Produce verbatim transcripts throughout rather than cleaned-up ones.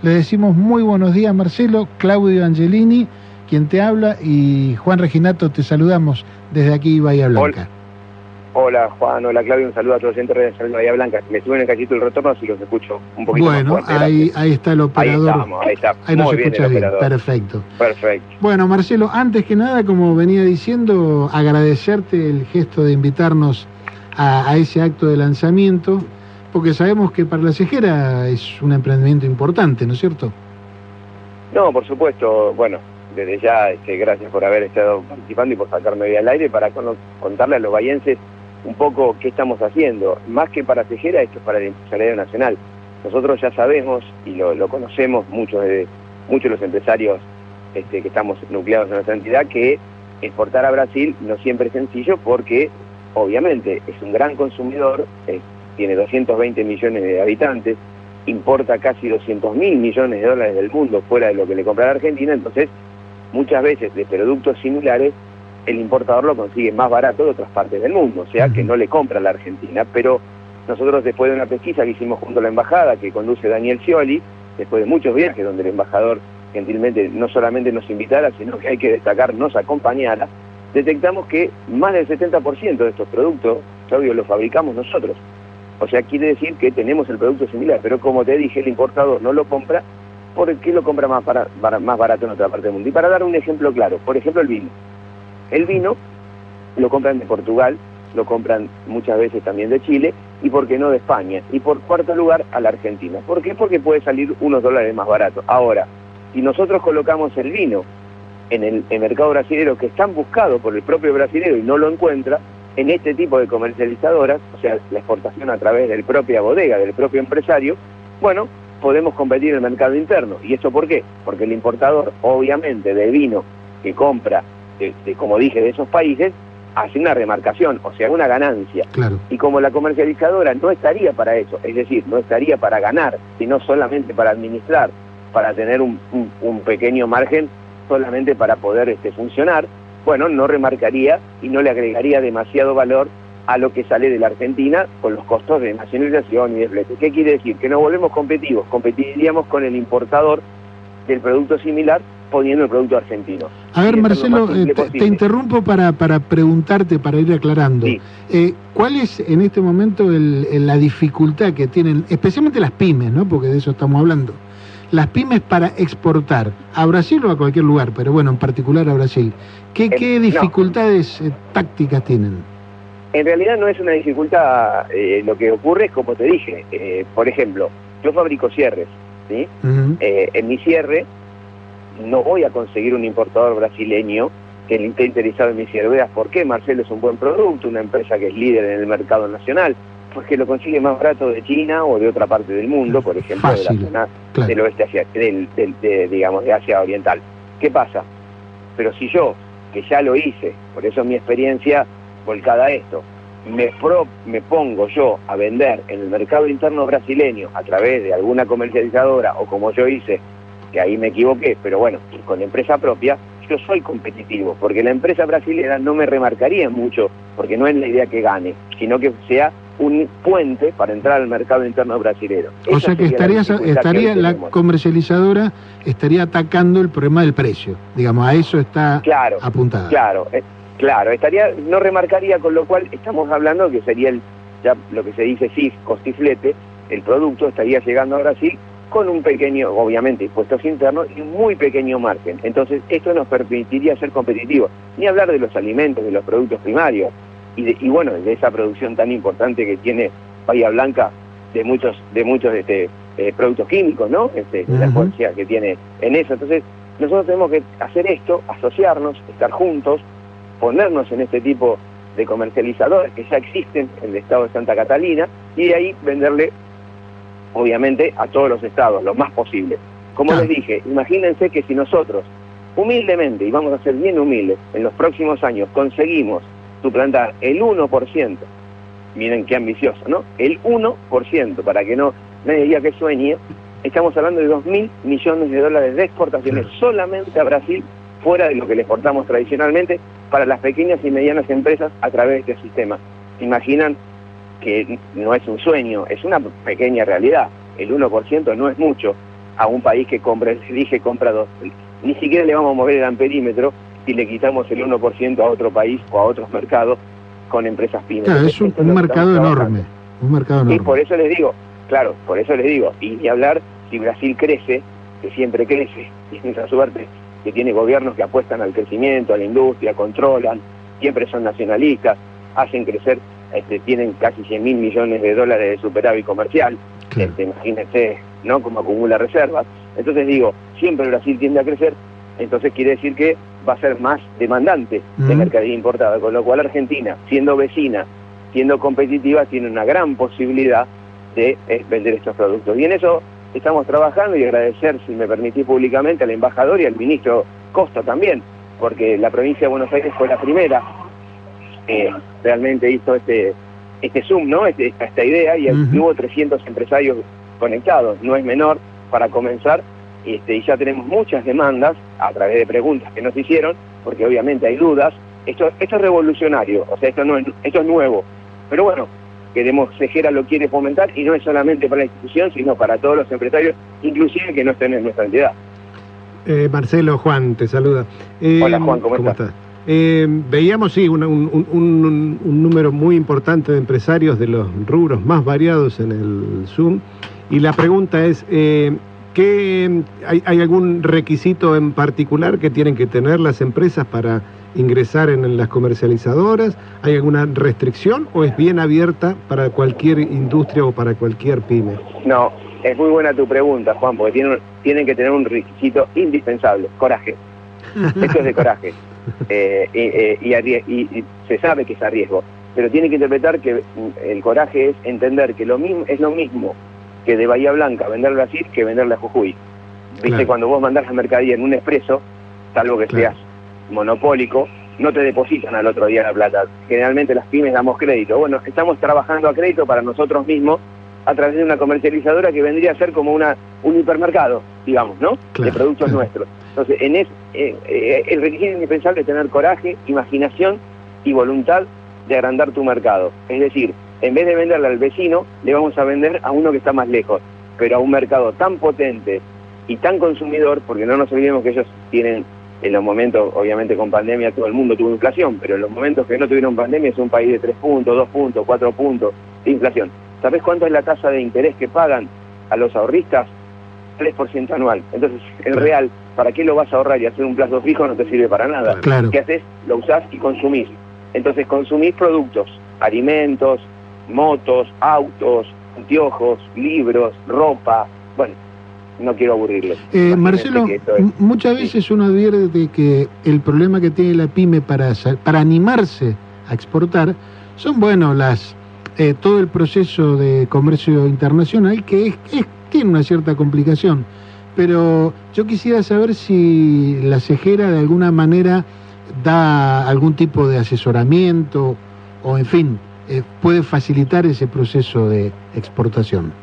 Le decimos muy buenos días, Marcelo. Claudio Angelini, quien te habla, y Juan Reginato, te saludamos desde aquí, Bahía Blanca. Hola, Juan, hola Claudio, un saludo a todos los oyentes de Bahía Blanca. Me estuve en el cachito del retorno, así los escucho un poquito bueno, más fuerte. ahí, ahí está el operador. Ahí estamos, ahí está. Ahí nos Muy bien escucha el bien, operador. perfecto. Perfecto. Bueno, Marcelo, antes que nada, como venía diciendo, agradecerte el gesto de invitarnos a, a ese acto de lanzamiento, porque sabemos que para La Cejera es un emprendimiento importante, ¿no es cierto? No, por supuesto, bueno, desde ya, este, gracias por haber estado participando y por sacarme hoy al aire para con, contarle a los bahienses un poco qué estamos haciendo. Más que para Cejera, esto es para el empresariado nacional. Nosotros ya sabemos y lo, lo conocemos, muchos de, muchos de los empresarios este, que estamos nucleados en nuestra entidad, que exportar a Brasil no siempre es sencillo porque, obviamente, es un gran consumidor, eh, tiene doscientos veinte millones de habitantes, importa casi doscientos mil millones de dólares del mundo fuera de lo que le compra la Argentina, entonces muchas veces de productos similares el importador lo consigue más barato de otras partes del mundo, o sea que no le compra a la Argentina. Pero nosotros, después de una pesquisa que hicimos junto a la embajada, que conduce Daniel Scioli, después de muchos viajes donde el embajador gentilmente no solamente nos invitara, sino que hay que destacar, nos acompañara, detectamos que más del setenta por ciento de estos productos, Claudio, los fabricamos nosotros. O sea, quiere decir que tenemos el producto similar, pero como te dije, el importador no lo compra porque lo compra más, para, para, más barato en otra parte del mundo. Y para dar un ejemplo claro, por ejemplo el vino. El vino lo compran de Portugal, lo compran muchas veces también de Chile, y por qué no de España. Y por cuarto lugar a la Argentina. ¿Por qué? Porque puede salir unos dólares más barato. Ahora, si nosotros colocamos el vino en el, el mercado brasilero, que es tan buscado por el propio brasilero y no lo encuentra, en este tipo de comercializadoras, o sea, la exportación a través de la propia bodega, del propio empresario, bueno, podemos competir en el mercado interno. ¿Y eso por qué? Porque el importador, obviamente, de vino que compra, de, de, como dije, de esos países, hace una remarcación, o sea, una ganancia. Claro. Y como la comercializadora no estaría para eso, es decir, no estaría para ganar, sino solamente para administrar, para tener un, un, un pequeño margen, solamente para poder este, funcionar, bueno, no remarcaría y no le agregaría demasiado valor a lo que sale de la Argentina con los costos de nacionalización y de flete. ¿Qué quiere decir? Que nos volvemos competitivos, competiríamos con el importador del producto similar poniendo el producto argentino. A ver, Marcelo, eh, te, te interrumpo para, para preguntarte, para ir aclarando. Sí. Eh, ¿Cuál es en este momento el, el, la dificultad que tienen, especialmente las pymes, ¿no? Porque de eso estamos hablando, las pymes para exportar a Brasil o a cualquier lugar, pero bueno, en particular a Brasil? ¿Qué, eh, qué dificultades no. eh, tácticas tienen? En realidad no es una dificultad, eh, lo que ocurre es como te dije, eh, por ejemplo, yo fabrico cierres, ¿sí? Uh-huh. eh, en mi cierre no voy a conseguir un importador brasileño que le esté interesado en mis cierres. ¿Por qué? Marcelo es un buen producto, una empresa que es líder en el mercado nacional, porque lo consigue más barato de China o de otra parte del mundo, por ejemplo, Fácil, de la zona claro. del oeste Asia, del, del, de, digamos, de Asia Oriental. ¿Qué pasa? Pero si yo, que ya lo hice, por eso mi experiencia volcada a esto, me, pro, me pongo yo a vender en el mercado interno brasileño a través de alguna comercializadora, o como yo hice, que ahí me equivoqué, pero bueno, con la empresa propia, yo soy competitivo, porque la empresa brasileña no me remarcaría mucho, porque no es la idea que gane, sino que sea un puente para entrar al mercado interno brasilero. O sea que estaría, estaría la comercializadora estaría atacando el problema del precio, digamos, a eso está claro, apuntada. Claro, eh, claro, estaría, no remarcaría, con lo cual estamos hablando que sería el, ya lo que se dice C I F, costiflete, el producto estaría llegando a Brasil con un pequeño, obviamente, impuestos internos y un muy pequeño margen. Entonces, esto nos permitiría ser competitivos. Ni hablar de los alimentos, de los productos primarios, y, de, y bueno, de esa producción tan importante que tiene Bahía Blanca, de muchos de muchos este, eh, productos químicos, ¿no? Este, uh-huh. La fuerza que tiene en eso. Entonces, nosotros tenemos que hacer esto, asociarnos, estar juntos, ponernos en este tipo de comercializadores que ya existen en el estado de Santa Catalina, y de ahí venderle obviamente a todos los estados, lo más posible. Como ah. les dije, imagínense que si nosotros, humildemente, y vamos a ser bien humildes, en los próximos años conseguimos suplantar el uno por ciento, miren qué ambicioso, ¿no? El uno por ciento, para que no nadie diga que sueñe, estamos hablando de dos mil millones de dólares de exportaciones sí. solamente a Brasil, fuera de lo que le exportamos tradicionalmente, para las pequeñas y medianas empresas a través de este sistema. ¿Se imaginan? Que no es un sueño, es una pequeña realidad. El uno por ciento no es mucho, a un país que compra, le dije, compra dos. Ni siquiera le vamos a mover el amperímetro si le quitamos el uno por ciento a otro país o a otros mercados con empresas pymes. Claro, es un, un mercado enorme, un mercado enorme. Y por eso les digo, claro, por eso les digo, y ni hablar si Brasil crece, que siempre crece, tiene esa suerte, que tiene gobiernos que apuestan al crecimiento, a la industria, controlan, siempre son nacionalistas, hacen crecer, este, tienen casi cien mil millones de dólares de superávit comercial, claro. este, imagínense, ¿no?, cómo acumula reservas. Entonces digo, siempre Brasil tiende a crecer, entonces quiere decir que va a ser más demandante mm. de mercadería importada, con lo cual Argentina, siendo vecina, siendo competitiva, tiene una gran posibilidad de eh, vender estos productos. Y en eso estamos trabajando, y agradecer, si me permitís públicamente, al embajador y al ministro Costa también, porque la provincia de Buenos Aires fue la primera, eh, realmente hizo este este Zoom, ¿no? Este, esta, esta idea, y uh-huh. hubo trescientos empresarios conectados, no es menor para comenzar, este, y ya tenemos muchas demandas a través de preguntas que nos hicieron, porque obviamente hay dudas. Esto, esto es revolucionario, o sea, esto no es, esto es nuevo, pero bueno, queremos, Segera lo quiere fomentar, y no es solamente para la institución, sino para todos los empresarios, inclusive que no estén en nuestra entidad. Eh, Marcelo, Juan, te saluda. Eh, Hola Juan, ¿cómo, ¿cómo estás? estás? Eh, veíamos, sí, un, un, un, un número muy importante de empresarios de los rubros más variados en el Zoom, y la pregunta es, eh, ¿qué, hay, ¿hay algún requisito en particular que tienen que tener las empresas para ingresar en las comercializadoras? ¿Hay alguna restricción o es bien abierta para cualquier industria o para cualquier pyme? No, es muy buena tu pregunta, Juan, porque tienen, tienen que tener un requisito indispensable: coraje. Esto es de coraje. Eh, y, y, y, y se sabe que es a riesgo, pero tiene que interpretar que el coraje es entender que lo mismo es lo mismo que de Bahía Blanca vender a Brasil que venderle a Jujuy. Viste, claro. Cuando vos mandás la mercadería en un expreso, salvo que claro. seas monopólico, no te depositan al otro día la plata. Generalmente las pymes damos crédito. Bueno, estamos trabajando a crédito para nosotros mismos a través de una comercializadora que vendría a ser como una un hipermercado, digamos, ¿no? Claro, de productos claro. nuestros. Entonces, en es, eh, eh, el requisito indispensable es tener coraje, imaginación y voluntad de agrandar tu mercado. Es decir, en vez de venderle al vecino, le vamos a vender a uno que está más lejos, pero a un mercado tan potente y tan consumidor, porque no nos olvidemos que ellos tienen, en los momentos, obviamente con pandemia todo el mundo tuvo inflación, pero en los momentos que no tuvieron pandemia es un país de tres puntos, dos puntos, cuatro puntos de inflación. ¿Sabés cuánto es la tasa de interés que pagan a los ahorristas? tres por ciento anual. Entonces, el claro. real, ¿para qué lo vas a ahorrar y hacer un plazo fijo? No te sirve para nada. Claro. ¿Qué haces? Lo usás y consumís. Entonces, consumís productos, alimentos, motos, autos, anteojos, libros, ropa. Bueno, no quiero aburrirlos. Eh, Marcelo, es... muchas veces sí. uno advierte de que el problema que tiene la pyme para, para animarse a exportar son, bueno, las eh, todo el proceso de comercio internacional, que es, es tiene una cierta complicación, pero yo quisiera saber si la Segera de alguna manera da algún tipo de asesoramiento o, en fin, eh, puede facilitar ese proceso de exportación.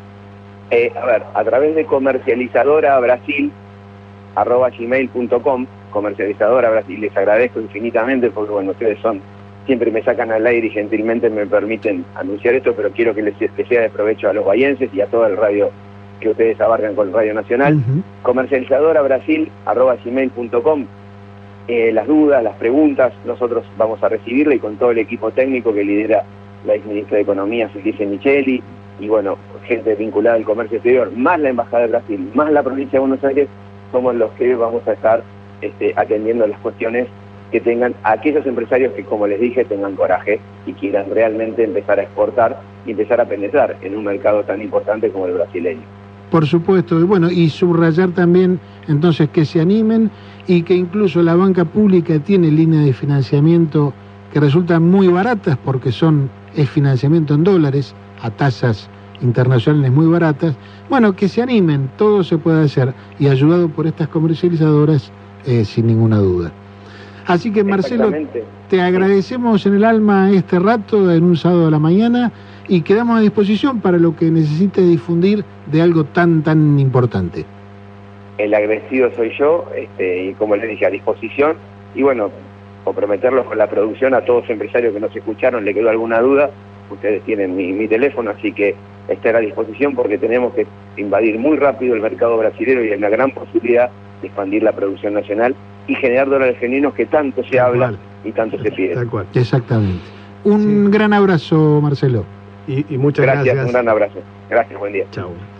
Eh, a ver, a través de comercializadora brasil arroba gmail punto com, comercializadora Brasil, les agradezco infinitamente porque, bueno, ustedes son, siempre me sacan al aire y gentilmente me permiten anunciar esto, pero quiero que les, les sea de provecho a los bahienses y a todo el radio que ustedes abarcan con el Radio Nacional. Uh-huh. Comercializadora Brasil arroba gmail punto com. Eh, las dudas, las preguntas, nosotros vamos a recibirla, y con todo el equipo técnico que lidera la exministra de Economía, Felice Micheli, y bueno, gente vinculada al comercio exterior, más la Embajada de Brasil, más la provincia de Buenos Aires, somos los que vamos a estar este, atendiendo las cuestiones que tengan aquellos empresarios que, como les dije, tengan coraje y quieran realmente empezar a exportar y empezar a penetrar en un mercado tan importante como el brasileño. Por supuesto, y bueno, y subrayar también entonces que se animen, y que incluso la banca pública tiene líneas de financiamiento que resultan muy baratas porque son es financiamiento en dólares a tasas internacionales muy baratas. Bueno, que se animen, todo se puede hacer, y ayudado por estas comercializadoras, eh, sin ninguna duda. Así que, Marcelo, te agradecemos en el alma este rato en un sábado a la mañana, y quedamos a disposición para lo que necesites difundir de algo tan, tan importante. El agradecido soy yo, este, y como les dije, a disposición, y bueno, comprometerlos con la producción. A todos los empresarios que nos escucharon, le quedó alguna duda, ustedes tienen mi, mi teléfono, así que estar a disposición porque tenemos que invadir muy rápido el mercado brasilero y hay una gran posibilidad de expandir la producción nacional y generar dólares genuinos que tanto se Tal habla cual. y tanto se pide. Tal cual. Exactamente. Un Sí. gran abrazo, Marcelo. Y, y muchas Gracias, gracias. un gran abrazo. Gracias, buen día. Chao.